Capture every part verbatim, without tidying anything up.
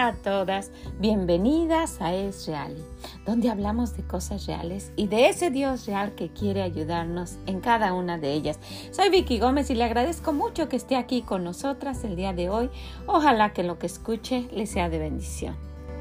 Hola a todas, bienvenidas a Es Real, donde hablamos de cosas reales y de ese Dios real que quiere ayudarnos en cada una de ellas. Soy Vicky Gómez y le agradezco mucho que esté aquí con nosotras el día de hoy. Ojalá que lo que escuche le sea de bendición.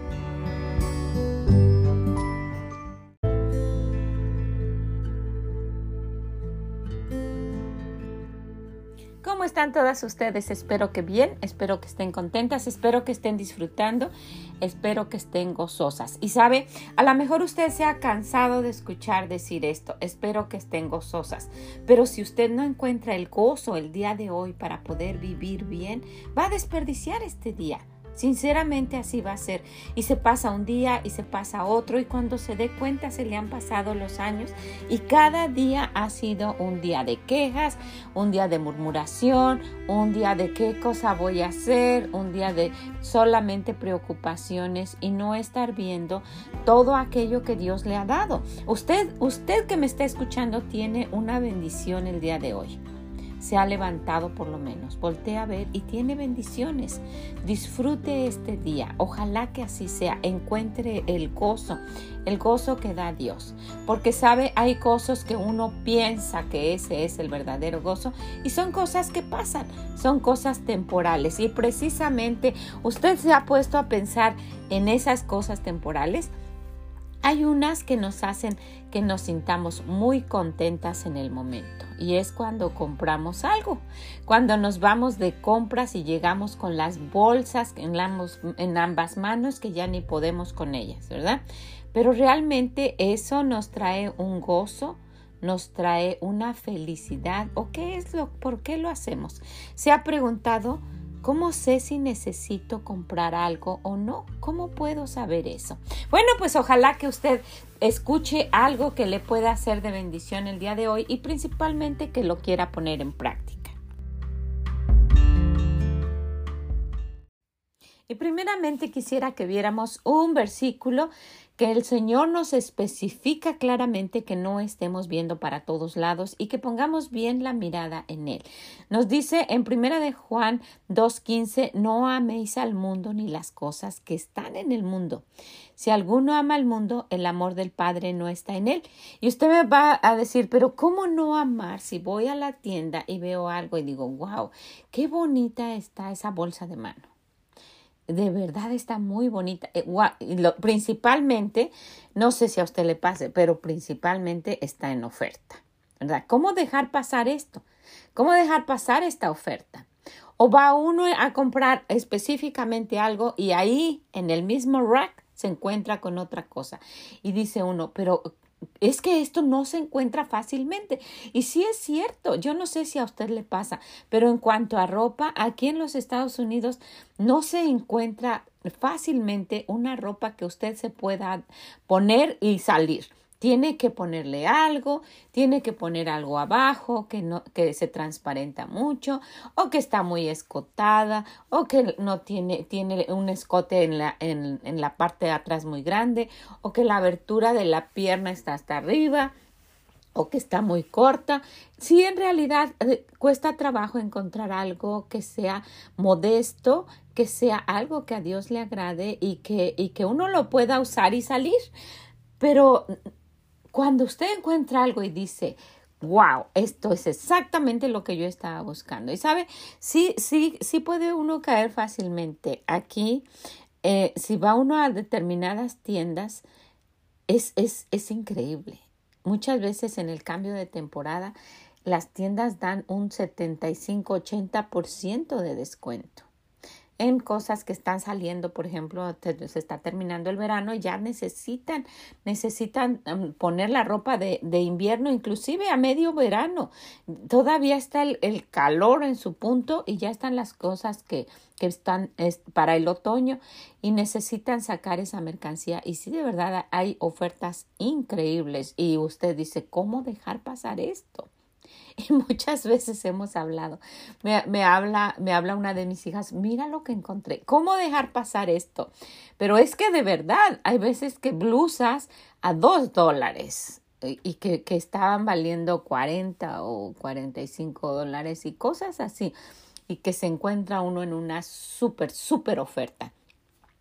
¿Cómo están todas ustedes? Espero que bien, espero que estén contentas, espero que estén disfrutando, espero que estén gozosas. Y sabe, a lo mejor usted se ha cansado de escuchar decir esto, espero que estén gozosas. Pero si usted no encuentra el gozo el día de hoy para poder vivir bien, va a desperdiciar este día. Sinceramente así va a ser, y se pasa un día y se pasa otro, y cuando se dé cuenta se le han pasado los años y cada día ha sido un día de quejas, un día de murmuración, un día de qué cosa voy a hacer, un día de solamente preocupaciones y no estar viendo todo aquello que Dios le ha dado. Usted, usted que me está escuchando tiene una bendición el día de hoy. Se ha levantado por lo menos, voltea a ver y tiene bendiciones. Disfrute este día, ojalá que así sea, encuentre el gozo, el gozo que da Dios. Porque sabe, hay gozos que uno piensa que ese es el verdadero gozo y son cosas que pasan, son cosas temporales. Y precisamente usted se ha puesto a pensar en esas cosas temporales. Hay unas que nos hacen que nos sintamos muy contentas en el momento y es cuando compramos algo, cuando nos vamos de compras y llegamos con las bolsas en, la, en ambas manos que ya ni podemos con ellas, ¿verdad? Pero realmente eso nos trae un gozo, nos trae una felicidad. ¿O qué es lo, por qué lo hacemos? ¿Se ha preguntado? ¿Cómo sé si necesito comprar algo o no? ¿Cómo puedo saber eso? Bueno, pues ojalá que usted escuche algo que le pueda ser de bendición el día de hoy y principalmente que lo quiera poner en práctica. Y primeramente quisiera que viéramos un versículo que el Señor nos especifica claramente que no estemos viendo para todos lados y que pongamos bien la mirada en Él. Nos dice en primera de Juan dos quince, no améis al mundo ni las cosas que están en el mundo. Si alguno ama al mundo, el amor del Padre no está en él. Y usted me va a decir, pero ¿cómo no amar si voy a la tienda y veo algo y digo, wow, qué bonita está esa bolsa de mano? De verdad está muy bonita. Eh, wow, lo, principalmente, no sé si a usted le pase, pero principalmente está en oferta, ¿verdad? ¿Cómo dejar pasar esto? ¿Cómo dejar pasar esta oferta? O va uno a comprar específicamente algo y ahí en el mismo rack se encuentra con otra cosa. Y dice uno, pero es que esto no se encuentra fácilmente. Y sí es cierto, yo no sé si a usted le pasa, pero en cuanto a ropa, aquí en los Estados Unidos no se encuentra fácilmente una ropa que usted se pueda poner y salir. Tiene que ponerle algo, tiene que poner algo abajo que, no, que se transparenta mucho o que está muy escotada o que no tiene, tiene un escote en la, en, en la parte de atrás muy grande o que la abertura de la pierna está hasta arriba o que está muy corta. Sí, en realidad eh, cuesta trabajo encontrar algo que sea modesto, que sea algo que a Dios le agrade y que, y que uno lo pueda usar y salir. Pero cuando usted encuentra algo y dice, wow, esto es exactamente lo que yo estaba buscando. Y sabe, sí, sí, sí puede uno caer fácilmente. Aquí, eh, si va uno a determinadas tiendas, es, es, es increíble. Muchas veces en el cambio de temporada, las tiendas dan un setenta y cinco a ochenta por ciento de descuento en cosas que están saliendo. Por ejemplo, se está terminando el verano y ya necesitan, necesitan um, poner la ropa de, de invierno, inclusive a medio verano. Todavía está el, el calor en su punto y ya están las cosas que, que están es, para el otoño y necesitan sacar esa mercancía. Y sí, de verdad hay ofertas increíbles y usted dice, ¿cómo dejar pasar esto? Y muchas veces hemos hablado, me, me, habla, me habla una de mis hijas, mira lo que encontré, ¿cómo dejar pasar esto? Pero es que de verdad, hay veces que blusas a dos dólares y, y que, que estaban valiendo cuarenta o cuarenta y cinco dólares y cosas así, y que se encuentra uno en una súper, súper oferta.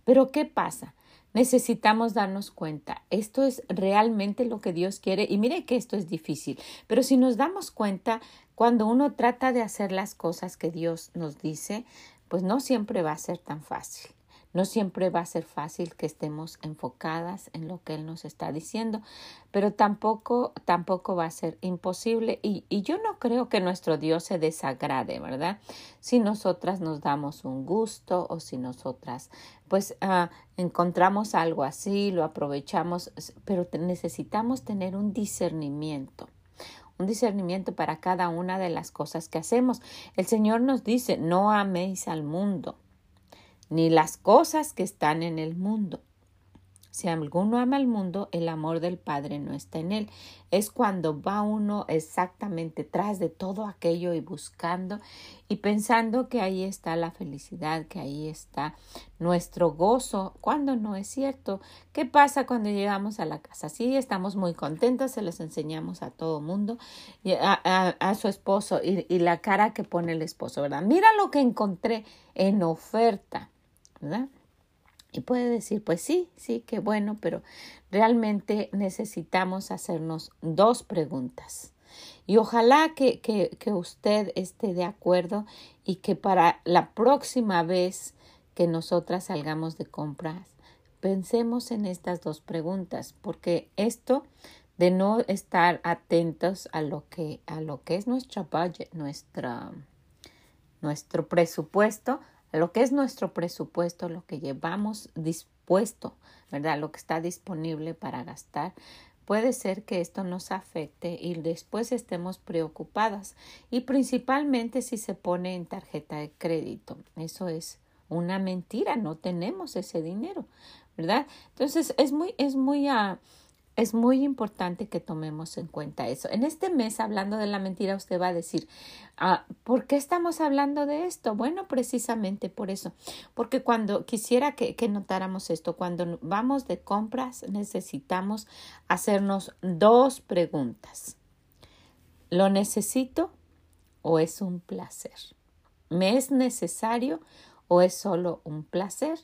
Pero ¿qué pasa? Necesitamos darnos cuenta, esto es realmente lo que Dios quiere y mire que esto es difícil, pero si nos damos cuenta, cuando uno trata de hacer las cosas que Dios nos dice, pues no siempre va a ser tan fácil. No siempre va a ser fácil que estemos enfocadas en lo que Él nos está diciendo, pero tampoco, tampoco va a ser imposible. Y, y yo no creo que nuestro Dios se desagrade, ¿verdad? Si nosotras nos damos un gusto o si nosotras pues uh, encontramos algo así, lo aprovechamos, pero te, necesitamos tener un discernimiento. Un discernimiento para cada una de las cosas que hacemos. El Señor nos dice, no améis al mundo, ni las cosas que están en el mundo. Si alguno ama al mundo, el amor del Padre no está en él. Es cuando va uno exactamente tras de todo aquello y buscando y pensando que ahí está la felicidad, que ahí está nuestro gozo, cuando no es cierto. ¿Qué pasa cuando llegamos a la casa? Sí, estamos muy contentos, se los enseñamos a todo mundo, a, a, a su esposo y, y la cara que pone el esposo, ¿verdad? Mira lo que encontré en oferta, ¿verdad? Y puede decir, pues sí, sí, qué bueno, pero realmente necesitamos hacernos dos preguntas. Y ojalá que, que, que usted esté de acuerdo y que para la próxima vez que nosotras salgamos de compras, pensemos en estas dos preguntas, porque esto de no estar atentos a lo que, a lo que es nuestra budget, nuestra, nuestro presupuesto, lo que es nuestro presupuesto, lo que llevamos dispuesto, ¿verdad? Lo que está disponible para gastar, puede ser que esto nos afecte y después estemos preocupadas. Y principalmente si se pone en tarjeta de crédito. Eso es una mentira, no tenemos ese dinero, ¿verdad? Entonces es muy, es muy, uh, es muy importante que tomemos en cuenta eso. En este mes, hablando de la mentira, usted va a decir, ah, ¿por qué estamos hablando de esto? Bueno, precisamente por eso. Porque cuando quisiera que, que notáramos esto, cuando vamos de compras, necesitamos hacernos dos preguntas. ¿Lo necesito o es un placer? ¿Me es necesario o es solo un placer?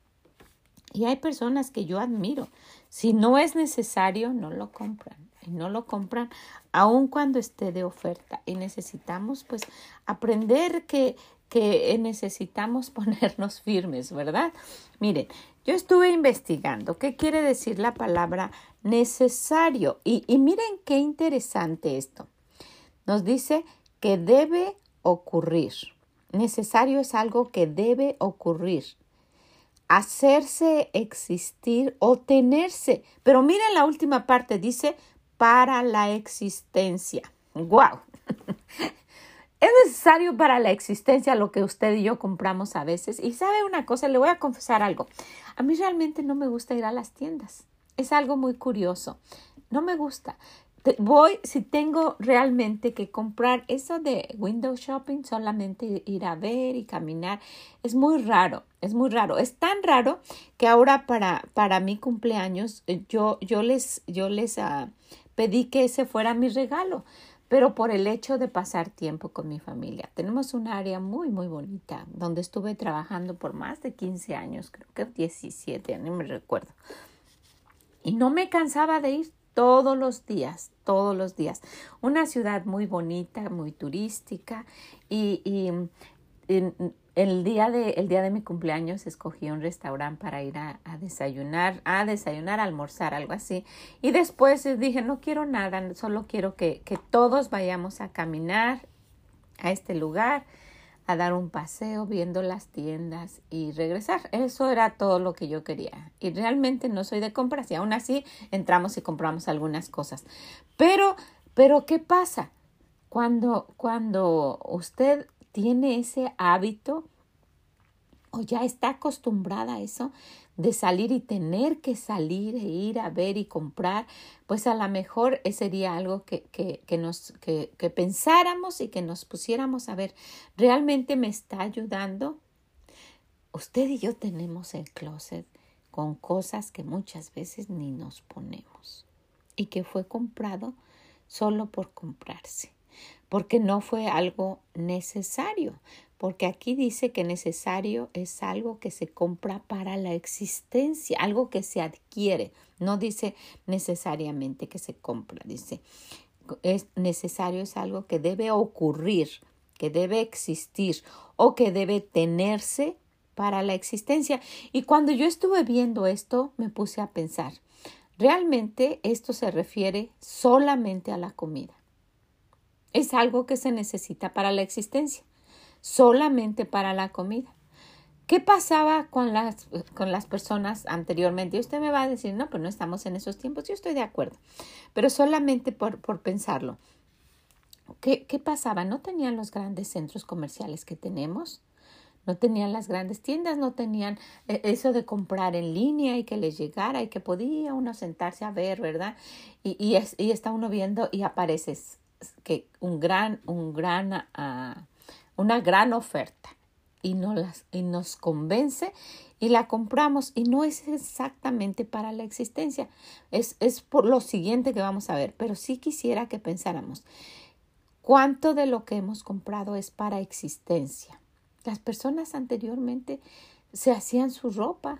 Y hay personas que yo admiro. Si no es necesario, no lo compran. Y no lo compran aun cuando esté de oferta. Y necesitamos pues aprender que, que necesitamos ponernos firmes, ¿verdad? Miren, yo estuve investigando qué quiere decir la palabra necesario. Y, y miren qué interesante esto. Nos dice que debe ocurrir. Necesario es algo que debe ocurrir. Hacerse existir o tenerse. Pero miren la última parte, dice para la existencia. ¡Guau! Es necesario para la existencia lo que usted y yo compramos a veces. Y sabe una cosa, le voy a confesar algo. A mí realmente no me gusta ir a las tiendas. Es algo muy curioso. No me gusta. Voy, si tengo realmente que comprar eso de window shopping, solamente ir a ver y caminar, es muy raro, es muy raro. Es tan raro que ahora para, para mi cumpleaños yo, yo les, yo les uh, pedí que ese fuera mi regalo, pero por el hecho de pasar tiempo con mi familia. Tenemos un área muy, muy bonita donde estuve trabajando por más de quince años, creo que diecisiete, no me recuerdo. Y no me cansaba de ir. Todos los días, todos los días. Una ciudad muy bonita, muy turística y, y en, el, día de, el día de mi cumpleaños escogí un restaurante para ir a, a desayunar, a desayunar, a almorzar, algo así. Y después dije, no quiero nada, solo quiero que, que todos vayamos a caminar a este lugar, a dar un paseo viendo las tiendas y regresar. Eso era todo lo que yo quería. Y realmente no soy de compras y aún así entramos y compramos algunas cosas. Pero, pero ¿qué pasa? Cuando, cuando usted tiene ese hábito o ya está acostumbrada a eso de salir y tener que salir e ir a ver y comprar, pues a lo mejor sería algo que, que, que, nos, que, que pensáramos y que nos pusiéramos a ver, ¿realmente me está ayudando? Usted y yo tenemos el closet con cosas que muchas veces ni nos ponemos y que fue comprado solo por comprarse, porque no fue algo necesario. porque aquí dice que necesario es algo que se compra para la existencia, algo que se adquiere. No dice necesariamente que se compra, dice es necesario es algo que debe ocurrir, que debe existir o que debe tenerse para la existencia. Y cuando yo estuve viendo esto, me puse a pensar, realmente esto se refiere solamente a la comida. Es algo que se necesita para la existencia, solamente para la comida. ¿Qué pasaba con las, con las personas anteriormente? Y usted me va a decir, no, pero no estamos en esos tiempos. Yo estoy de acuerdo, pero solamente por, por pensarlo. ¿Qué, ¿Qué pasaba? ¿No tenían los grandes centros comerciales que tenemos? No tenían las grandes tiendas, no tenían eso de comprar en línea y que les llegara y que podía uno sentarse a ver, ¿verdad? Y, y, es, y está uno viendo y aparece que un gran, un gran, uh, una gran oferta. Y, no las, y nos convence y la compramos y no es exactamente para la existencia. Es, es por lo siguiente que vamos a ver, pero sí quisiera que pensáramos cuánto de lo que hemos comprado es para existencia. Las personas anteriormente se hacían su ropa,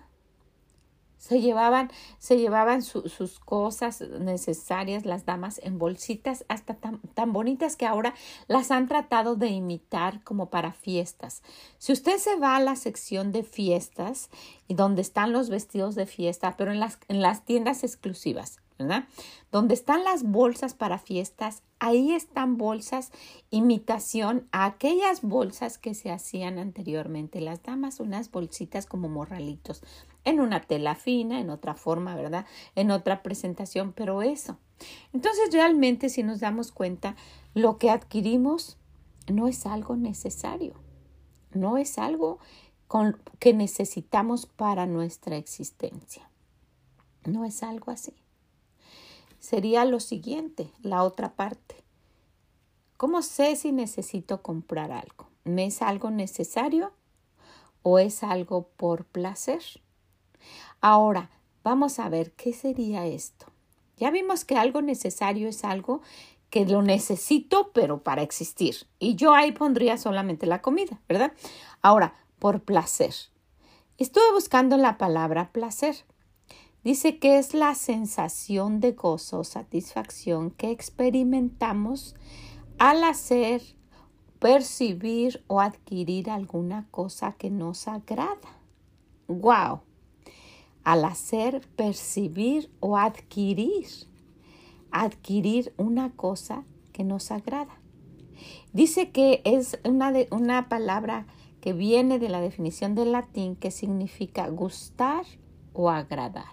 se llevaban, se llevaban su, sus cosas necesarias, las damas, en bolsitas hasta tan, tan bonitas que ahora las han tratado de imitar como para fiestas. Si usted se va a la sección de fiestas y donde están los vestidos de fiesta, pero en las, en las tiendas exclusivas, ¿verdad? Donde están las bolsas para fiestas, ahí están bolsas imitación a aquellas bolsas que se hacían anteriormente las damas, unas bolsitas como morralitos, en una tela fina, en otra forma, ¿verdad? En otra presentación, pero eso. Entonces, realmente, si nos damos cuenta, lo que adquirimos no es algo necesario, no es algo con, que necesitamos para nuestra existencia. No es algo así. Sería lo siguiente, la otra parte. ¿Cómo sé si necesito comprar algo? ¿Me es algo necesario o es algo por placer? Ahora, vamos a ver qué sería esto. Ya vimos que algo necesario es algo que lo necesito, pero para existir. Y yo ahí pondría solamente la comida, ¿verdad? Ahora, por placer. Estuve buscando la palabra placer. Dice que es la sensación de gozo o satisfacción que experimentamos al hacer, percibir o adquirir alguna cosa que nos agrada. ¡Wow! Al hacer, percibir o adquirir. Adquirir una cosa que nos agrada. Dice que es una, de, una palabra que viene de la definición del latín que significa gustar o agradar.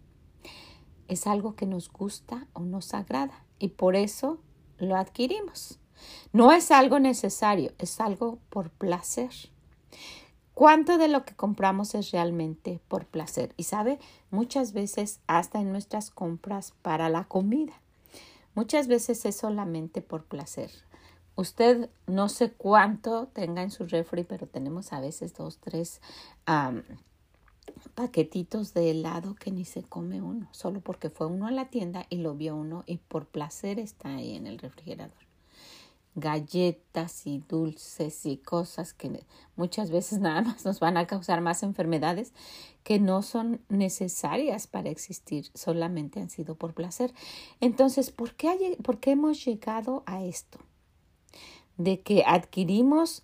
Es algo que nos gusta o nos agrada y por eso lo adquirimos. No es algo necesario, es algo por placer. ¿Cuánto de lo que compramos es realmente por placer? Y sabe, muchas veces hasta en nuestras compras para la comida. Muchas veces es solamente por placer. Usted no sé cuánto tenga en su refri, pero tenemos a veces dos, tres um, paquetitos de helado que ni se come uno. Solo porque fue uno a la tienda y lo vio uno y por placer está ahí en el refrigerador. Galletas y dulces y cosas que muchas veces nada más nos van a causar más enfermedades que no son necesarias para existir, solamente han sido por placer. Entonces, ¿por qué, hay, por qué hemos llegado a esto? De que adquirimos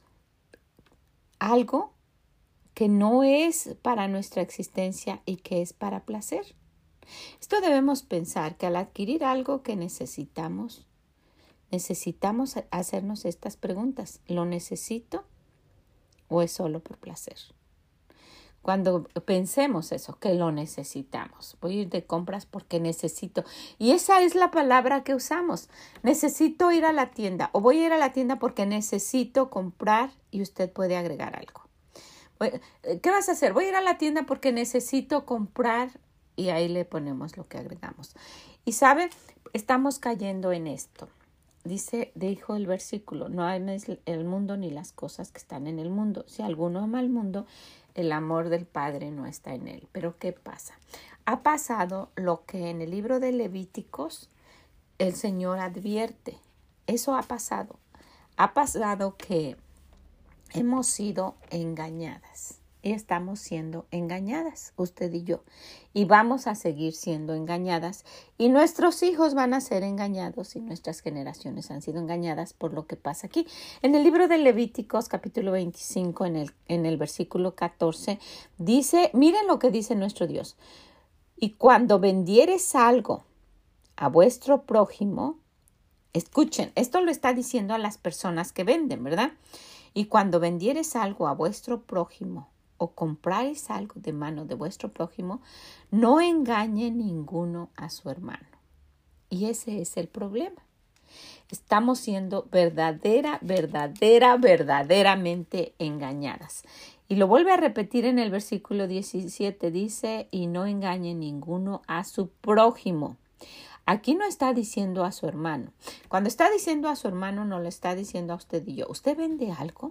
algo que no es para nuestra existencia y que es para placer. Esto debemos pensar que al adquirir algo que necesitamos, necesitamos hacernos estas preguntas. ¿Lo necesito o es solo por placer? Cuando pensemos eso, que lo necesitamos. Voy a ir de compras porque necesito. Y esa es la palabra que usamos. Necesito ir a la tienda o voy a ir a la tienda porque necesito comprar y usted puede agregar algo. ¿Qué vas a hacer? Voy a ir a la tienda porque necesito comprar y ahí le ponemos lo que agregamos. Y sabe, estamos cayendo en esto. Dice, dijo el versículo, no ames el mundo ni las cosas que están en el mundo. Si alguno ama el mundo, el amor del Padre no está en él. Pero ¿qué pasa? Ha pasado lo que en el libro de Levíticos el Señor advierte. Eso ha pasado. Ha pasado que hemos sido engañadas. Y estamos siendo engañadas, usted y yo. Y vamos a seguir siendo engañadas. Y nuestros hijos van a ser engañados y nuestras generaciones han sido engañadas por lo que pasa aquí. En el libro de Levíticos, capítulo veinticinco, en el, en el versículo catorce, dice, miren lo que dice nuestro Dios. Y cuando vendieres algo a vuestro prójimo, escuchen, esto lo está diciendo a las personas que venden, ¿verdad? Y cuando vendieres algo a vuestro prójimo, o compráis algo de mano de vuestro prójimo, no engañe ninguno a su hermano. Y ese es el problema. Estamos siendo verdadera, verdadera, verdaderamente engañadas. Y lo vuelve a repetir en el versículo diecisiete, dice, y no engañe ninguno a su prójimo. Aquí no está diciendo a su hermano. Cuando está diciendo a su hermano, no le está diciendo a usted y yo. ¿Usted vende algo?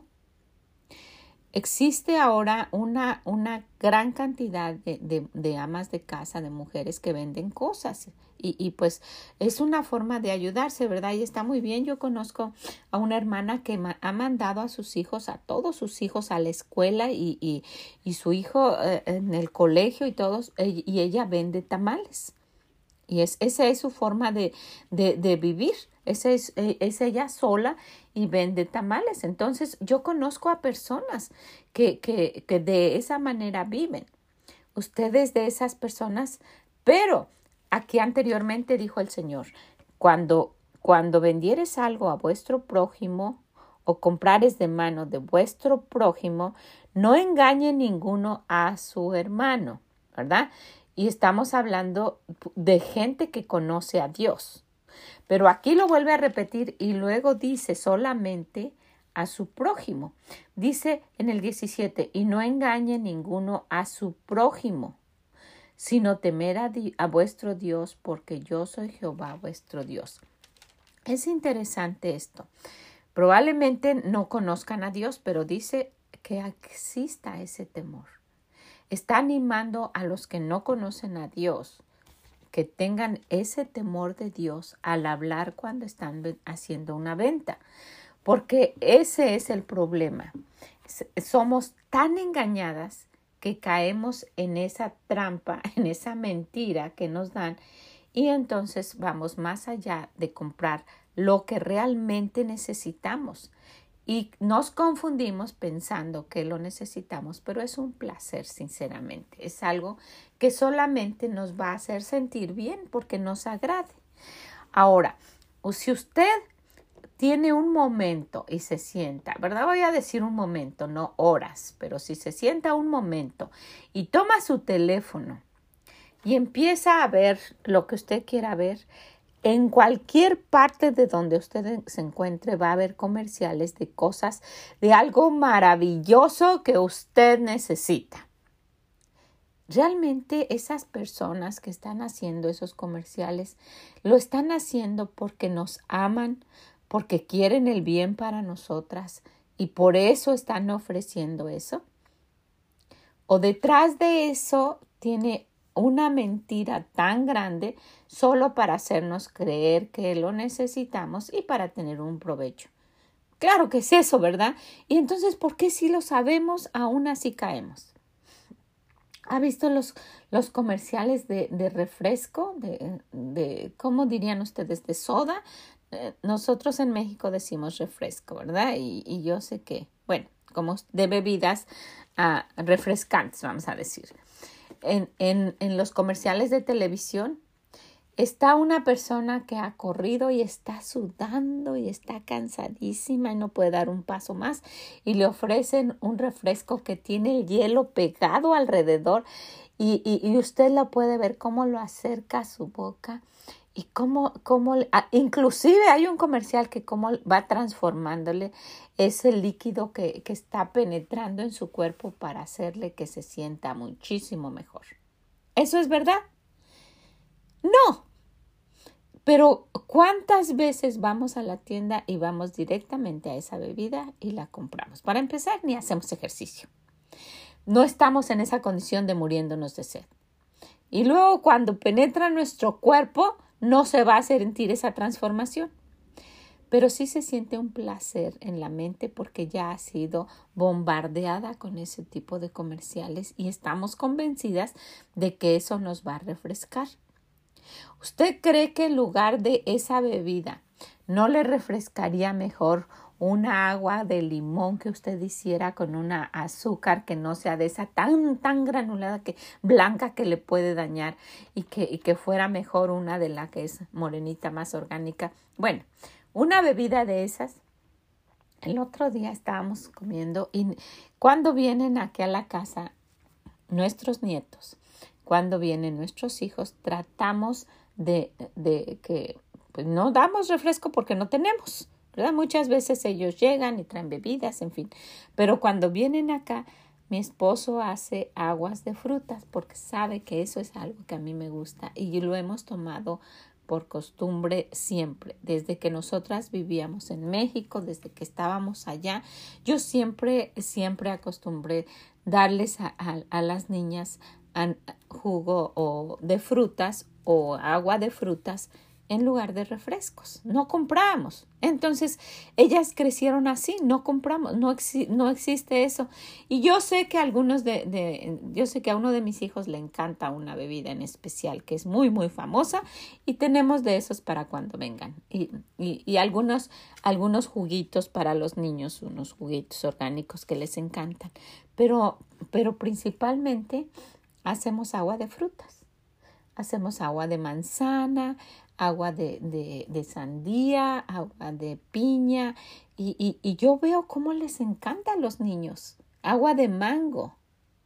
Existe ahora una, una gran cantidad de, de, de amas de casa, de mujeres que venden cosas y, y pues es una forma de ayudarse, ¿verdad? Y está muy bien. Yo conozco a una hermana que ma- ha mandado a sus hijos, a todos sus hijos a la escuela y, y, y su hijo eh, en el colegio y todos, eh, y ella vende tamales. Y es, esa es su forma de, de, de vivir. Esa es, es ella sola y vende tamales. Entonces, yo conozco a personas que, que, que de esa manera viven. Ustedes de esas personas, pero aquí anteriormente dijo el Señor, cuando, cuando vendieres algo a vuestro prójimo o comprares de mano de vuestro prójimo, no engañe ninguno a su hermano, ¿verdad? Y estamos hablando de gente que conoce a Dios. Pero aquí lo vuelve a repetir y luego dice solamente a su prójimo. Dice en el diecisiete, y no engañe ninguno a su prójimo, sino temer a, di- a vuestro Dios, porque yo soy Jehová vuestro Dios. Es interesante esto. Probablemente no conozcan a Dios, pero dice que exista ese temor. Está animando a los que no conocen a Dios que tengan ese temor de Dios al hablar cuando están haciendo una venta, porque ese es el problema. Somos tan engañadas que caemos en esa trampa, en esa mentira que nos dan y entonces vamos más allá de comprar lo que realmente necesitamos. Y nos confundimos pensando que lo necesitamos, pero es un placer, sinceramente. Es algo que solamente nos va a hacer sentir bien porque nos agrade. Ahora, si usted tiene un momento y se sienta, ¿verdad? Voy a decir un momento, no horas, pero si se sienta un momento y toma su teléfono y empieza a ver lo que usted quiera ver, en cualquier parte de donde usted se encuentre va a haber comerciales de cosas, de algo maravilloso que usted necesita. Realmente esas personas que están haciendo esos comerciales lo están haciendo porque nos aman, porque quieren el bien para nosotras y por eso están ofreciendo eso. O detrás de eso tiene una mentira tan grande solo para hacernos creer que lo necesitamos y para tener un provecho. Claro que es eso, ¿verdad? Y entonces, ¿por qué si lo sabemos, aún así caemos? ¿Ha visto los, los comerciales de, de refresco? De, de, ¿cómo dirían ustedes? ¿De soda? Eh, nosotros en México decimos refresco, ¿verdad? Y, y yo sé que, bueno, como de bebidas uh, refrescantes, vamos a decir. En, en, en los comerciales de televisión está una persona que ha corrido y está sudando y está cansadísima y no puede dar un paso más y le ofrecen un refresco que tiene el hielo pegado alrededor y, y, y usted lo puede ver cómo lo acerca a su boca y cómo, cómo inclusive hay un comercial que cómo va transformándole ese líquido que, que está penetrando en su cuerpo para hacerle que se sienta muchísimo mejor. ¿Eso es verdad? No. Pero ¿cuántas veces vamos a la tienda y vamos directamente a esa bebida y la compramos? Para empezar, ni hacemos ejercicio. No estamos en esa condición de muriéndonos de sed. Y luego cuando penetra nuestro cuerpo, no se va a sentir esa transformación. pero sí se siente un placer en la mente porque ya ha sido bombardeada con ese tipo de comerciales y estamos convencidas de que eso nos va a refrescar. ¿Usted cree que en lugar de esa bebida no le refrescaría mejor una agua de limón que usted hiciera con una azúcar que no sea de esa tan, tan granulada, que blanca, que le puede dañar, y que, y que fuera mejor una de la que es morenita, más orgánica? Bueno, una bebida de esas. El otro día estábamos comiendo y cuando vienen aquí a la casa nuestros nietos, cuando vienen nuestros hijos, tratamos de, de que pues no damos refresco porque no tenemos, ¿verdad? Muchas veces ellos llegan y traen bebidas, en fin. Pero cuando vienen acá, mi esposo hace aguas de frutas porque sabe que eso es algo que a mí me gusta y lo hemos tomado por costumbre siempre. Desde que nosotras vivíamos en México, desde que estábamos allá, yo siempre, siempre acostumbré darles a, a, a las niñas jugo o de frutas o agua de frutas en lugar de refrescos. No comprábamos. Entonces, ellas crecieron así, no compramos, no, exi- no existe eso. Y yo sé que algunos de, de, yo sé que a uno de mis hijos le encanta una bebida en especial que es muy, muy famosa y tenemos de esos para cuando vengan. Y, y, y algunos, algunos juguitos para los niños, unos juguitos orgánicos que les encantan. Pero, pero principalmente hacemos agua de frutas. Hacemos agua de manzana, agua de, de, de sandía, agua de piña. Y, y, y yo veo cómo les encanta a los niños. Agua de mango.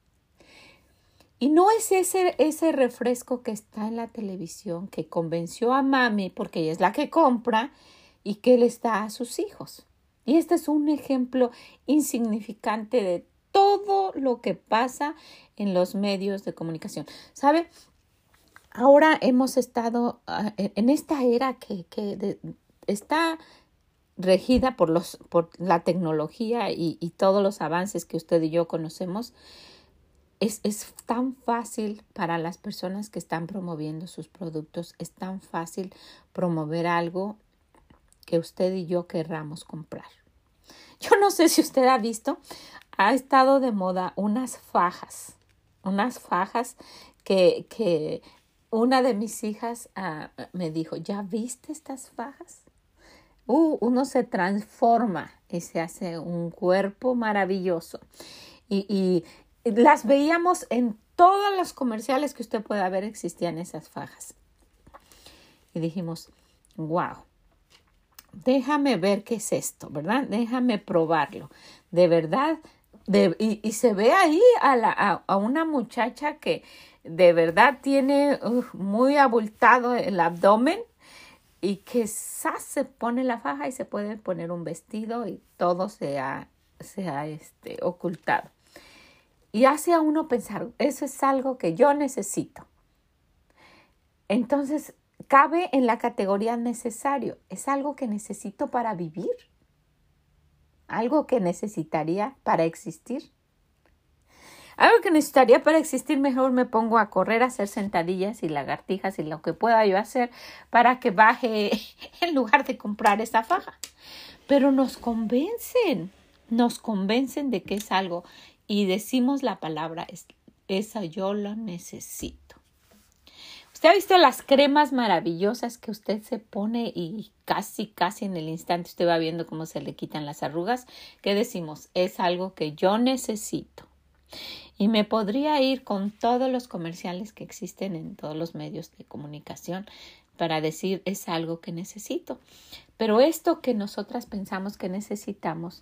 Y no es ese, ese refresco que está en la televisión que convenció a mami, porque ella es la que compra, y que les da a sus hijos. Y este es un ejemplo insignificante de todo lo que pasa en los medios de comunicación. ¿Sabe? Ahora hemos estado uh, en esta era que, que de, está regida por, los, por la tecnología y, y todos los avances que usted y yo conocemos. Es, es tan fácil para las personas que están promoviendo sus productos, es tan fácil promover algo que usted y yo querramos comprar. Yo no sé si usted ha visto, ha estado de moda unas fajas, unas fajas que, que una de mis hijas uh, me dijo, ¿ya viste estas fajas? Uh, uno se transforma y se hace un cuerpo maravilloso. Y, y, y las veíamos en todos los comerciales que usted pueda ver, existían esas fajas. Y dijimos, wow. Déjame ver qué es esto, ¿verdad? Déjame probarlo. De verdad, de, y, y se ve ahí a, la, a, a una muchacha que de verdad tiene uh, muy abultado el abdomen y que se pone la faja y se puede poner un vestido y todo se ha, se ha este, ocultado. Y hace a uno pensar, eso es algo que yo necesito. Entonces, cabe en la categoría necesario. Es algo que necesito para vivir. Algo que necesitaría para existir. Algo que necesitaría para existir, mejor me pongo a correr, a hacer sentadillas y lagartijas y lo que pueda yo hacer para que baje en lugar de comprar esa faja. Pero nos convencen, nos convencen de que es algo y decimos la palabra, esa yo lo necesito. ¿Usted ha visto las cremas maravillosas que usted se pone y casi, casi en el instante usted va viendo cómo se le quitan las arrugas? ¿Qué decimos? Es algo que yo necesito. Y me podría ir con todos los comerciales que existen en todos los medios de comunicación para decir es algo que necesito. Pero esto que nosotras pensamos que necesitamos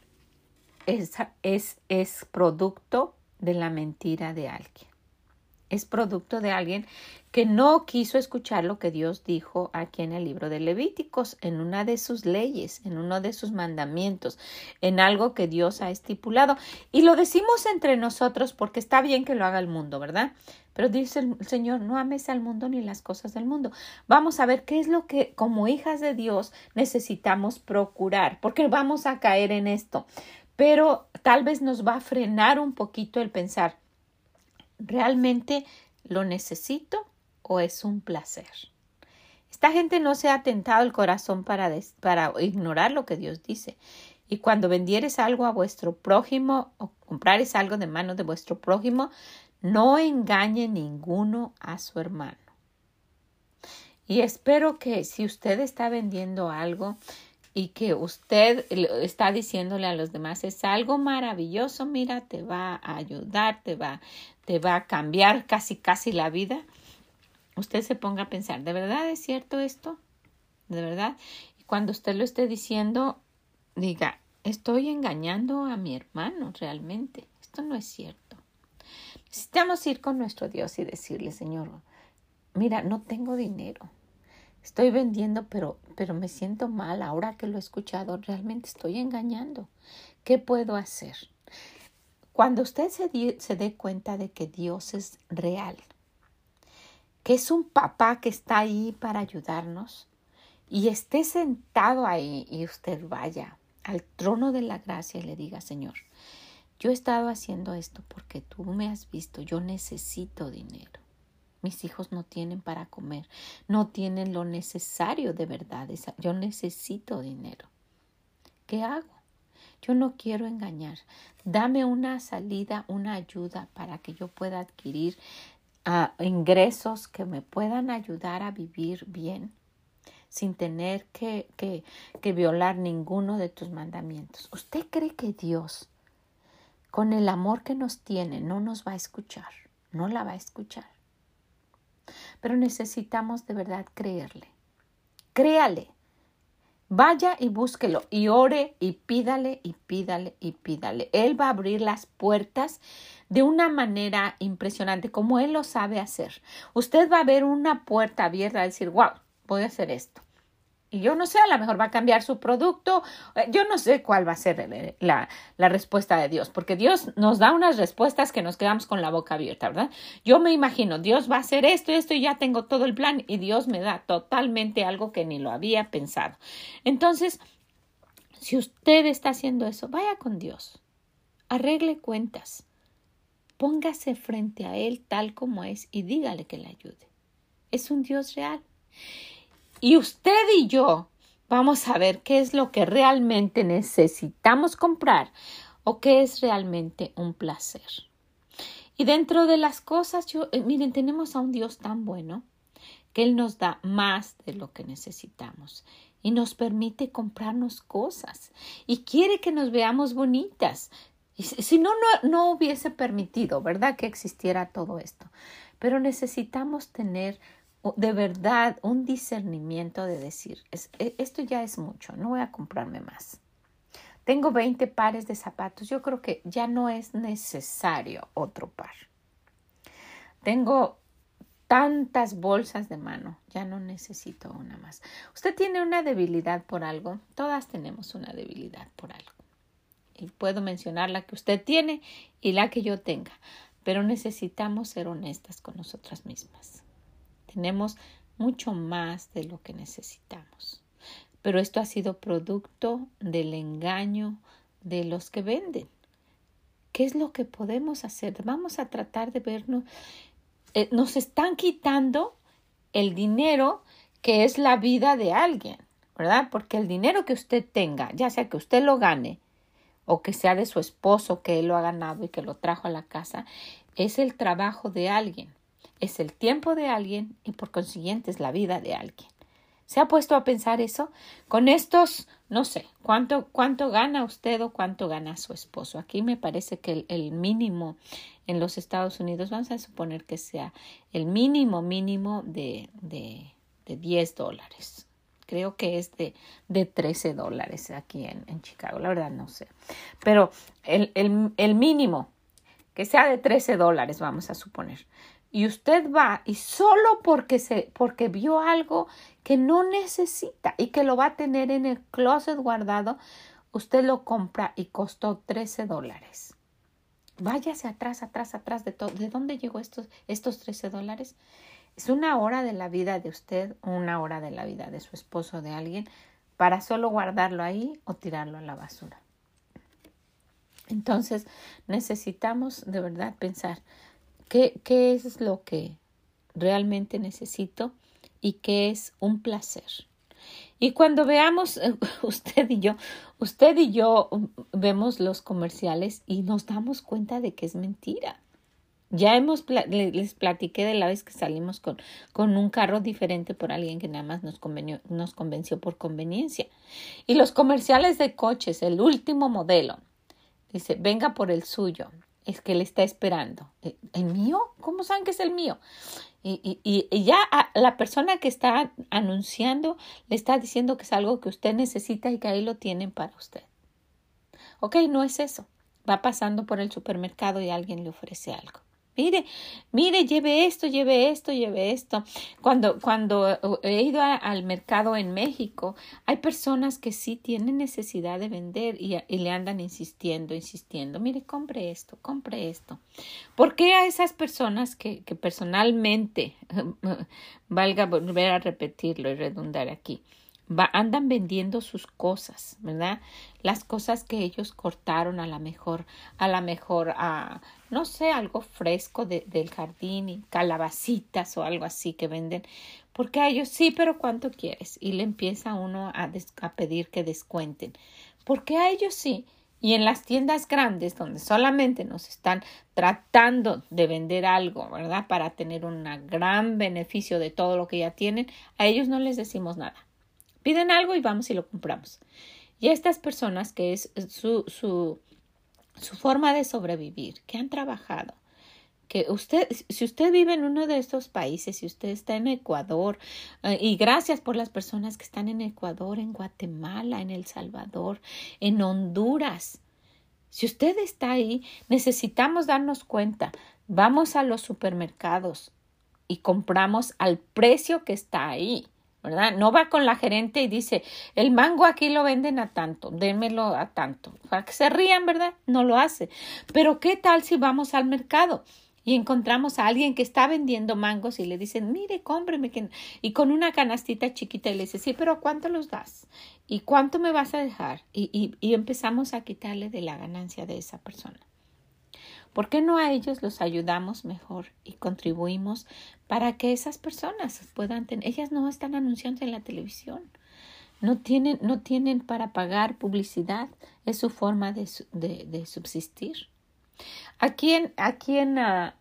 es, es, es producto de la mentira de alguien. Es producto de alguien que no quiso escuchar lo que Dios dijo aquí en el libro de Levíticos, en una de sus leyes, en uno de sus mandamientos, en algo que Dios ha estipulado. Y lo decimos entre nosotros porque está bien que lo haga el mundo, ¿verdad? Pero dice el Señor, no ames al mundo ni las cosas del mundo. Vamos a ver qué es lo que como hijas de Dios necesitamos procurar, porque vamos a caer en esto. Pero tal vez nos va a frenar un poquito el pensar, ¿realmente lo necesito o es un placer? Esta gente no se ha tentado el corazón para, des, para ignorar lo que Dios dice. Y cuando vendieres algo a vuestro prójimo o comprares algo de manos de vuestro prójimo, no engañe ninguno a su hermano. Y espero que si usted está vendiendo algo y que usted está diciéndole a los demás, es algo maravilloso, mira, te va a ayudar, te va, te va a cambiar casi, casi la vida, usted se ponga a pensar, ¿de verdad es cierto esto? ¿De verdad? Y cuando usted lo esté diciendo, diga, estoy engañando a mi hermano realmente. Esto no es cierto. Necesitamos ir con nuestro Dios y decirle, Señor, mira, no tengo dinero. Estoy vendiendo, pero, pero me siento mal. Ahora que lo he escuchado, realmente estoy engañando. ¿Qué puedo hacer? Cuando usted se, di, se dé cuenta de que Dios es real, que es un papá que está ahí para ayudarnos y esté sentado ahí y usted vaya al trono de la gracia y le diga, Señor, yo he estado haciendo esto porque tú me has visto, yo necesito dinero. Mis hijos no tienen para comer, no tienen lo necesario de verdad. Yo necesito dinero. ¿Qué hago? Yo no quiero engañar. Dame una salida, una ayuda para que yo pueda adquirir uh, ingresos que me puedan ayudar a vivir bien sin tener que, que, que violar ninguno de tus mandamientos. ¿Usted cree que Dios, con el amor que nos tiene, no nos va a escuchar? No la va a escuchar. Pero necesitamos de verdad creerle. Créale. Vaya y búsquelo y ore y pídale y pídale y pídale. Él va a abrir las puertas de una manera impresionante, como Él lo sabe hacer. Usted va a ver una puerta abierta a decir, wow, voy a hacer esto. Y yo no sé, a lo mejor va a cambiar su producto. Yo no sé cuál va a ser la, la respuesta de Dios, porque Dios nos da unas respuestas que nos quedamos con la boca abierta, ¿verdad? Yo me imagino, Dios va a hacer esto y esto y ya tengo todo el plan y Dios me da totalmente algo que ni lo había pensado. Entonces, si usted está haciendo eso, vaya con Dios, arregle cuentas, póngase frente a Él tal como es y dígale que le ayude. Es un Dios real. Y usted y yo vamos a ver qué es lo que realmente necesitamos comprar o qué es realmente un placer. Y dentro de las cosas, yo, eh, miren, tenemos a un Dios tan bueno que Él nos da más de lo que necesitamos y nos permite comprarnos cosas y quiere que nos veamos bonitas. Y si no, no, no hubiese permitido, ¿verdad?, que existiera todo esto. Pero necesitamos tener de verdad un discernimiento de decir, es, esto ya es mucho, no voy a comprarme más. Tengo veinte pares de zapatos, yo creo que ya no es necesario otro par. Tengo tantas bolsas de mano, ya no necesito una más. Usted tiene una debilidad por algo, todas tenemos una debilidad por algo. Y puedo mencionar la que usted tiene y la que yo tenga, pero necesitamos ser honestas con nosotras mismas. Tenemos mucho más de lo que necesitamos. Pero esto ha sido producto del engaño de los que venden. ¿Qué es lo que podemos hacer? Vamos a tratar de vernos. Eh, nos están quitando el dinero que es la vida de alguien, ¿verdad? Porque el dinero que usted tenga, ya sea que usted lo gane o que sea de su esposo, que él lo ha ganado y que lo trajo a la casa, es el trabajo de alguien. Es el tiempo de alguien y por consiguiente es la vida de alguien. ¿Se ha puesto a pensar eso? Con estos, no sé, ¿cuánto, cuánto gana usted o cuánto gana su esposo? Aquí me parece que el, el mínimo en los Estados Unidos, vamos a suponer que sea el mínimo mínimo de, de, de diez dólares. Creo que es de, de trece dólares aquí en, en Chicago, la verdad no sé. Pero el, el, el mínimo, que sea de trece dólares, vamos a suponer. Y usted va y solo porque, se, porque vio algo que no necesita y que lo va a tener en el closet guardado, usted lo compra y costó trece dólares. Váyase atrás, atrás, atrás de todo. ¿De dónde llegó estos, estos trece dólares? Es una hora de la vida de usted, una hora de la vida de su esposo o de alguien para solo guardarlo ahí o tirarlo a la basura. Entonces necesitamos de verdad pensar ¿Qué, ¿Qué es lo que realmente necesito y que es un placer. Y cuando veamos, usted y yo, usted y yo vemos los comerciales y nos damos cuenta de que es mentira. Ya hemos, les platiqué de la vez que salimos con, con un carro diferente por alguien que nada más nos, convenio, nos convenció por conveniencia. Y los comerciales de coches, el último modelo, dice, venga por el suyo, es que le está esperando. ¿El mío? ¿Cómo saben que es el mío? Y, y, y ya a la persona que está anunciando le está diciendo que es algo que usted necesita y que ahí lo tienen para usted. Ok, no es eso. Va pasando por el supermercado y alguien le ofrece algo. Mire, mire, lleve esto, lleve esto, lleve esto. Cuando, cuando he ido a, al mercado en México, hay personas que sí tienen necesidad de vender y, y le andan insistiendo, insistiendo. Mire, compre esto, compre esto. ¿Por qué a esas personas que, que personalmente, valga volver a repetirlo y redundar aquí, Va, andan vendiendo sus cosas, ¿verdad? Las cosas que ellos cortaron a la mejor, a la mejor, a, no sé, algo fresco de, del jardín y calabacitas o algo así que venden. Porque a ellos, sí, pero ¿cuánto quieres? Y le empieza uno a, des, a pedir que descuenten. Porque a ellos sí. Y en las tiendas grandes, donde solamente nos están tratando de vender algo, ¿verdad? Para tener un gran beneficio de todo lo que ya tienen, a ellos no les decimos nada. Piden algo y vamos y lo compramos. Y estas personas que es su, su, su forma de sobrevivir, que han trabajado, que usted, si usted vive en uno de estos países, si usted está en Ecuador, eh, y gracias por las personas que están en Ecuador, en Guatemala, en El Salvador, en Honduras. Si usted está ahí, necesitamos darnos cuenta. Vamos a los supermercados y compramos al precio que está ahí. ¿Verdad? No va con la gerente y dice, el mango aquí lo venden a tanto, démelo a tanto. Para que se rían, ¿verdad? No lo hace. Pero ¿qué tal si vamos al mercado y encontramos a alguien que está vendiendo mangos y le dicen, mire, cómpreme, que... y con una canastita chiquita y le dice, sí, pero ¿cuánto los das? ¿Y cuánto me vas a dejar? Y, y, y empezamos a quitarle de la ganancia de esa persona. ¿Por qué no a ellos los ayudamos mejor y contribuimos para que esas personas puedan tener? Ellas no están anunciando en la televisión. No tienen, no tienen para pagar publicidad. Es su forma de, de, de subsistir. Aquí en, aquí en, uh,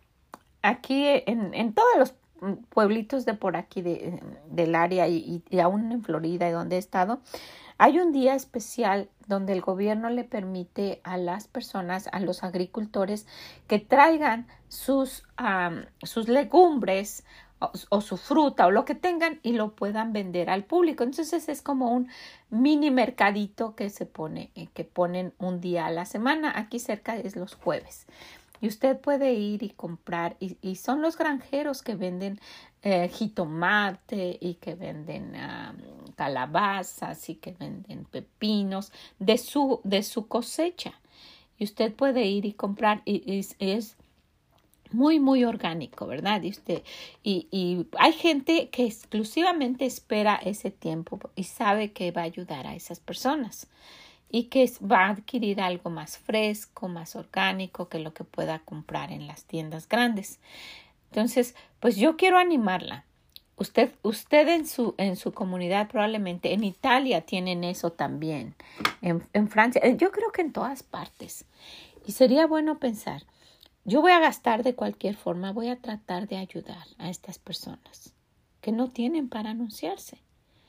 aquí en, en todos los pueblitos de por aquí de, del área y, y aún en Florida y donde he estado, hay un día especial donde el gobierno le permite a las personas, a los agricultores, que traigan sus, um, sus legumbres o, o su fruta o lo que tengan y lo puedan vender al público. Entonces es como un mini mercadito que se pone, eh, que ponen un día a la semana. Aquí cerca es los jueves. Y usted puede ir y comprar, y, y son los granjeros que venden eh, jitomate y que venden um, calabazas y que venden pepinos de su, de su cosecha. Y usted puede ir y comprar, y, y es muy, muy orgánico, ¿verdad? Y, usted, y, y hay gente que exclusivamente espera ese tiempo y sabe que va a ayudar a esas personas. Y que va a adquirir algo más fresco, más orgánico que lo que pueda comprar en las tiendas grandes. Entonces, pues yo quiero animarla. Usted, usted en su, en su comunidad probablemente, en Italia tienen eso también, en, en Francia, yo creo que en todas partes. Y sería bueno pensar, yo voy a gastar de cualquier forma, voy a tratar de ayudar a estas personas que no tienen para anunciarse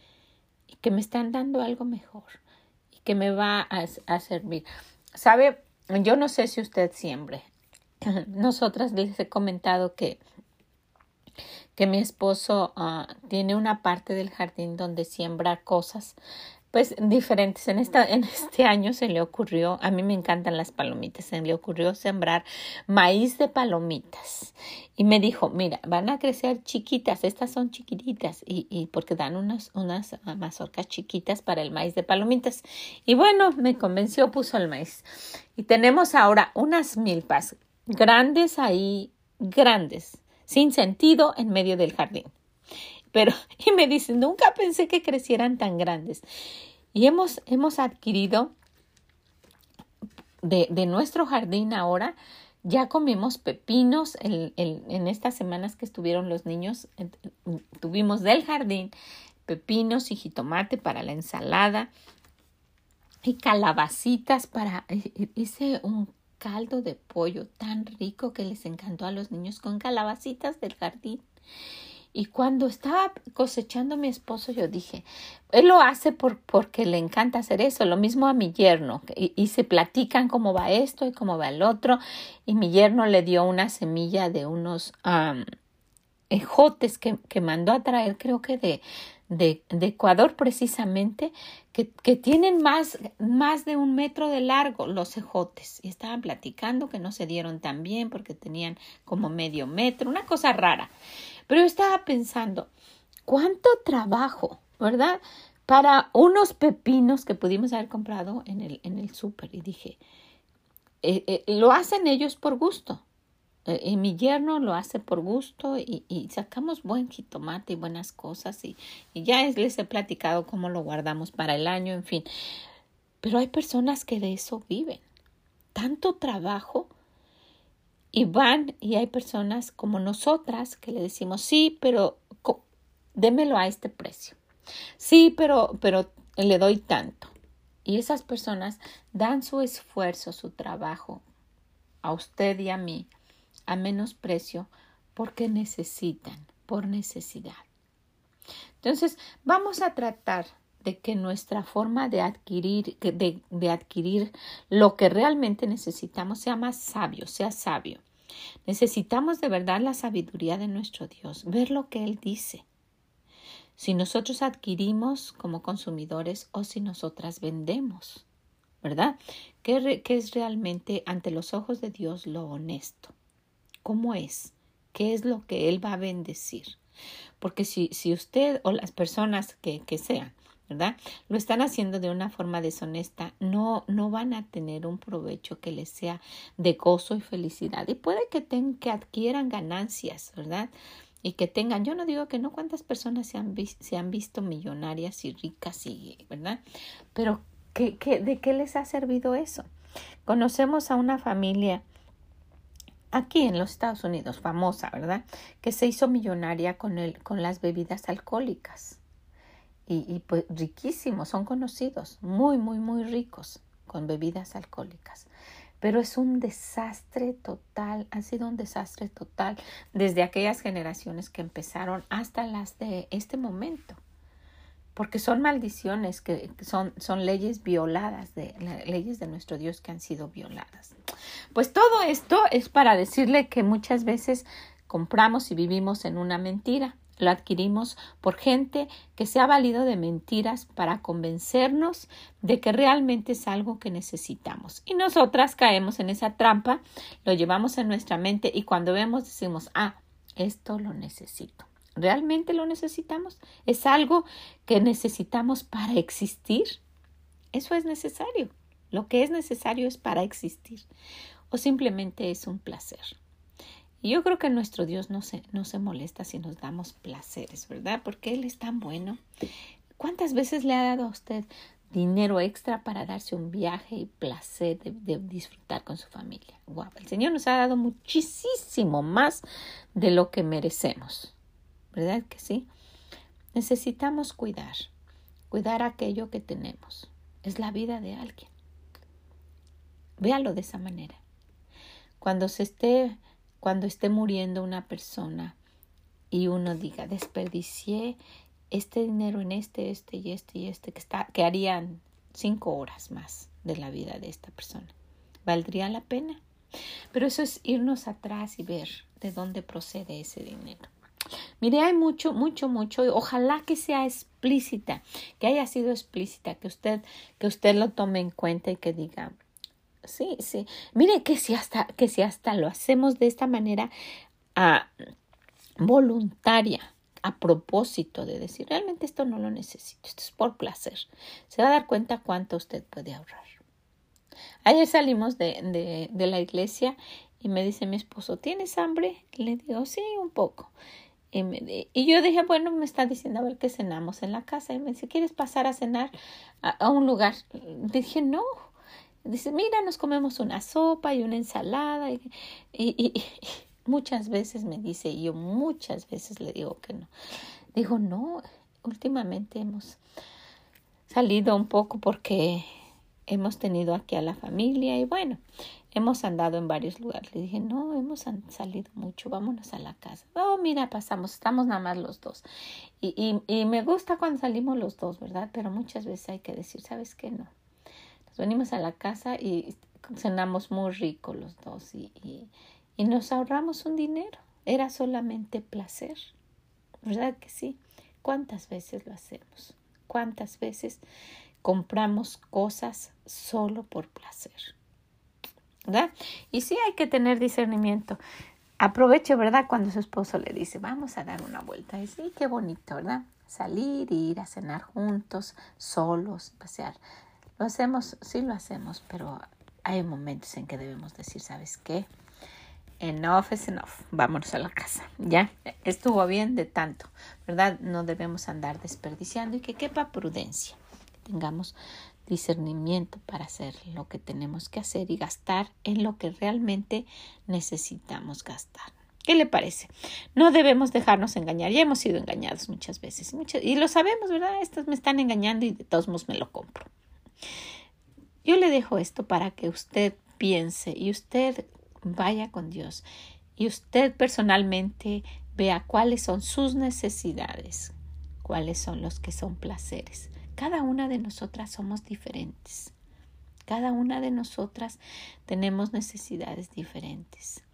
y que me están dando algo mejor. Que me va a, a servir. ¿Sabe? Yo no sé si usted siembre. Nosotras les he comentado que, que mi esposo uh, tiene una parte del jardín donde siembra cosas pues diferentes. En, esta, en este año se le ocurrió, a mí me encantan las palomitas, se le ocurrió sembrar maíz de palomitas. Y me dijo, mira, van a crecer chiquitas, estas son chiquititas, y, y porque dan unas, unas mazorcas chiquitas para el maíz de palomitas. Y bueno, me convenció, puso el maíz. Y tenemos ahora unas milpas grandes ahí, grandes, sin sentido en medio del jardín. Pero, y me dicen, nunca pensé que crecieran tan grandes. Y hemos, hemos adquirido de, de nuestro jardín ahora Ya comimos pepinos el, el, en estas semanas que estuvieron los niños. Tuvimos del jardín pepinos y jitomate para la ensalada y calabacitas para... Hice un caldo de pollo tan rico que les encantó a los niños con calabacitas del jardín. Y cuando estaba cosechando mi esposo, yo dije, él lo hace por, porque le encanta hacer eso. Lo mismo a mi yerno. Y, y se platican cómo va esto y cómo va el otro. Y mi yerno le dio una semilla de unos um, ejotes que, que mandó a traer, creo que de, de, de Ecuador precisamente, que, que tienen más, más de un metro de largo los ejotes. Y estaban platicando que no se dieron tan bien porque tenían como medio metro, una cosa rara. Pero yo estaba pensando, ¿cuánto trabajo, verdad? Para unos pepinos que pudimos haber comprado en el, en el súper. Y dije, eh, eh, lo hacen ellos por gusto. Eh, y mi yerno lo hace por gusto y, y sacamos buen jitomate y buenas cosas. Y, y ya les he platicado cómo lo guardamos para el año, en fin. Pero hay personas que de eso viven. Tanto trabajo. Y van, y hay personas como nosotras que le decimos, sí, pero démelo a este precio. Sí, pero, pero le doy tanto. Y esas personas dan su esfuerzo, su trabajo a usted y a mí a menos precio porque necesitan, por necesidad. Entonces, vamos a tratar de que nuestra forma de adquirir, de, de adquirir lo que realmente necesitamos sea más sabio, sea sabio. Necesitamos de verdad la sabiduría de nuestro Dios, ver lo que Él dice. Si nosotros adquirimos como consumidores o si nosotras vendemos, ¿verdad? ¿Qué, re, qué es realmente ante los ojos de Dios lo honesto? ¿Cómo es? ¿Qué es lo que Él va a bendecir? Porque si, si usted o las personas que, que sean, ¿verdad?, lo están haciendo de una forma deshonesta, no, no van a tener un provecho que les sea de gozo y felicidad. Y puede que, ten, que adquieran ganancias, ¿verdad? Y que tengan, yo no digo que no, cuántas personas se han, vis, se han visto millonarias y ricas, y, ¿verdad? Pero ¿qué, qué, ¿de qué les ha servido eso? Conocemos a una familia aquí en los Estados Unidos, famosa, ¿verdad?, que se hizo millonaria con, el, con las bebidas alcohólicas. Y, y pues riquísimos, son conocidos, muy, muy, muy ricos con bebidas alcohólicas. Pero es un desastre total, ha sido un desastre total desde aquellas generaciones que empezaron hasta las de este momento. Porque son maldiciones, que son, son leyes violadas, de, leyes de nuestro Dios que han sido violadas. Pues todo esto es para decirle que muchas veces compramos y vivimos en una mentira. Lo adquirimos por gente que se ha valido de mentiras para convencernos de que realmente es algo que necesitamos. Y nosotras caemos en esa trampa, lo llevamos en nuestra mente y cuando vemos decimos, ah, esto lo necesito. ¿Realmente lo necesitamos? ¿Es algo que necesitamos para existir? Eso es necesario. Lo que es necesario es para existir. O simplemente es un placer. Y yo creo que nuestro Dios no se, no se molesta si nos damos placeres, ¿verdad? Porque Él es tan bueno. ¿Cuántas veces le ha dado a usted dinero extra para darse un viaje y placer de, de disfrutar con su familia? Wow, el Señor nos ha dado muchísimo más de lo que merecemos, ¿verdad que sí? Necesitamos cuidar, cuidar aquello que tenemos. Es la vida de alguien. Véalo de esa manera. Cuando se esté... Cuando esté muriendo una persona y uno diga, desperdicié este dinero en este, este y este y este, que, está, que harían cinco horas más de la vida de esta persona. ¿Valdría la pena? Pero eso es irnos atrás y ver de dónde procede ese dinero. Mire, hay mucho, mucho, mucho. Ojalá que sea explícita, que haya sido explícita, que usted, que usted lo tome en cuenta y que diga, sí, sí. Mire que si hasta, que si hasta lo hacemos de esta manera uh, voluntaria, a propósito de decir, realmente esto no lo necesito, esto es por placer. Se va a dar cuenta cuánto usted puede ahorrar. Ayer salimos de, de, de la iglesia y me dice mi esposo, ¿tienes hambre? Y le digo, sí, un poco. Y, me, y yo dije, bueno, me está diciendo a ver qué cenamos en la casa. Y me dice, ¿quieres pasar a cenar a, a un lugar? Dije, no. Dice, mira, nos comemos una sopa y una ensalada. Y, y, y, y muchas veces me dice, y yo muchas veces le digo que no. Digo, no, últimamente hemos salido un poco porque hemos tenido aquí a la familia y bueno, hemos andado en varios lugares. Le dije, no, hemos salido mucho, vámonos a la casa. Oh, mira, pasamos, estamos nada más los dos. Y, y, y me gusta cuando salimos los dos, ¿verdad? Pero muchas veces hay que decir, ¿sabes qué? No. Nos venimos a la casa y cenamos muy rico los dos y, y, y nos ahorramos un dinero. Era solamente placer, ¿verdad que sí? ¿Cuántas veces lo hacemos? ¿Cuántas veces compramos cosas solo por placer? ¿Verdad? Y sí hay que tener discernimiento. Aproveche, ¿verdad? Cuando su esposo le dice, vamos a dar una vuelta. Y sí, qué bonito, ¿verdad? Salir y ir a cenar juntos, solos, pasear. Lo hacemos, sí lo hacemos, pero hay momentos en que debemos decir, ¿sabes qué? Enough is enough. Vámonos a la casa. Ya, estuvo bien de tanto, ¿verdad? No debemos andar desperdiciando y que quepa prudencia. Que tengamos discernimiento para hacer lo que tenemos que hacer y gastar en lo que realmente necesitamos gastar. ¿Qué le parece? No debemos dejarnos engañar. Ya hemos sido engañados muchas veces. Muchas, y lo sabemos, ¿verdad? Estos me están engañando y de todos modos me lo compro. Yo le dejo esto para que usted piense y usted vaya con Dios y usted personalmente vea cuáles son sus necesidades, cuáles son los que son placeres. Cada una de nosotras somos diferentes. Cada una de nosotras tenemos necesidades diferentes.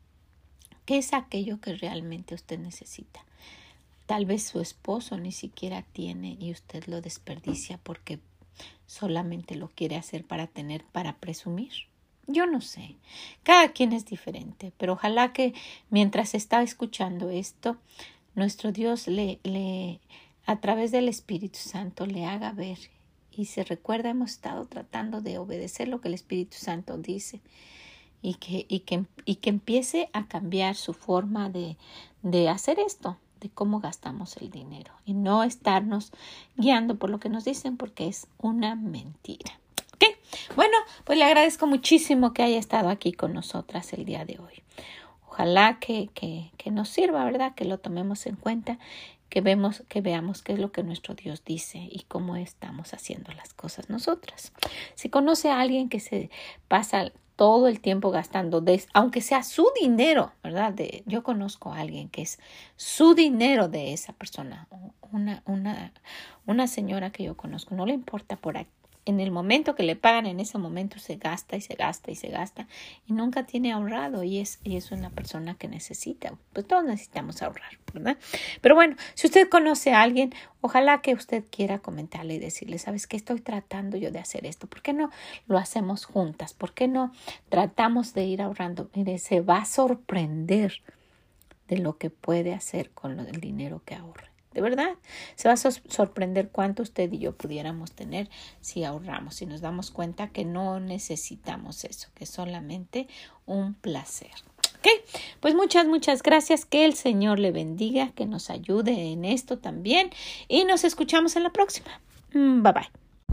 ¿Qué es aquello que realmente usted necesita? Tal vez su esposo ni siquiera tiene y usted lo desperdicia porque solamente lo quiere hacer para tener, para presumir. Yo no sé, cada quien es diferente, pero ojalá que mientras está escuchando esto, nuestro Dios le, le, a través del Espíritu Santo le haga ver y se recuerda, hemos estado tratando de obedecer lo que el Espíritu Santo dice y que, y que, y que empiece a cambiar su forma de, de hacer esto, de cómo gastamos el dinero y no estarnos guiando por lo que nos dicen porque es una mentira. ¿Ok? Bueno, pues le agradezco muchísimo que haya estado aquí con nosotras el día de hoy. Ojalá que, que, que nos sirva, ¿verdad? Que lo tomemos en cuenta, que, vemos, que veamos qué es lo que nuestro Dios dice y cómo estamos haciendo las cosas nosotras. Si conoce a alguien que se pasa todo el tiempo gastando, de, aunque sea su dinero, ¿verdad? De, yo conozco a alguien que es su dinero de esa persona, una, una, una señora que yo conozco, no le importa por aquí. En el momento que le pagan, en ese momento se gasta y se gasta y se gasta y nunca tiene ahorrado y es, y es una persona que necesita. Pues todos necesitamos ahorrar, ¿verdad? Pero bueno, si usted conoce a alguien, ojalá que usted quiera comentarle y decirle, ¿sabes qué? Estoy tratando yo de hacer esto. ¿Por qué no lo hacemos juntas? ¿Por qué no tratamos de ir ahorrando? Mire, se va a sorprender de lo que puede hacer con lo del dinero que ahorre. De verdad, se va a sorprender cuánto usted y yo pudiéramos tener si ahorramos, si nos damos cuenta que no necesitamos eso, que es solamente un placer. ¿Ok? Pues muchas, muchas gracias. Que el Señor le bendiga, que nos ayude en esto también y nos escuchamos en la próxima. Bye bye.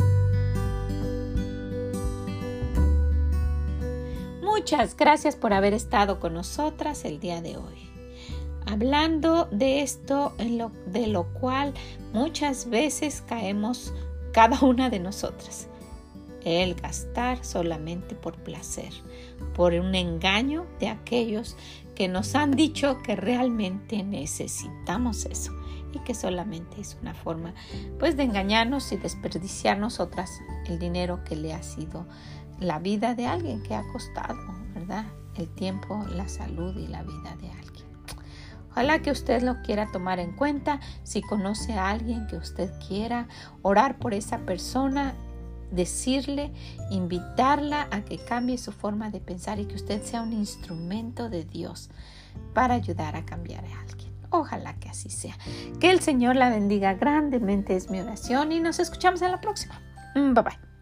Muchas gracias por haber estado con nosotras el día de hoy. Hablando de esto, en lo, de lo cual muchas veces caemos cada una de nosotras. El gastar solamente por placer, por un engaño de aquellos que nos han dicho que realmente necesitamos eso y que solamente es una forma pues de engañarnos y desperdiciar nosotras el dinero que le ha sido la vida de alguien que ha costado, ¿verdad? El tiempo, la salud y la vida de alguien. Ojalá que usted lo quiera tomar en cuenta. Si conoce a alguien que usted quiera orar por esa persona, decirle, invitarla a que cambie su forma de pensar y que usted sea un instrumento de Dios para ayudar a cambiar a alguien. Ojalá que así sea. Que el Señor la bendiga grandemente es mi oración y nos escuchamos en la próxima. Bye bye.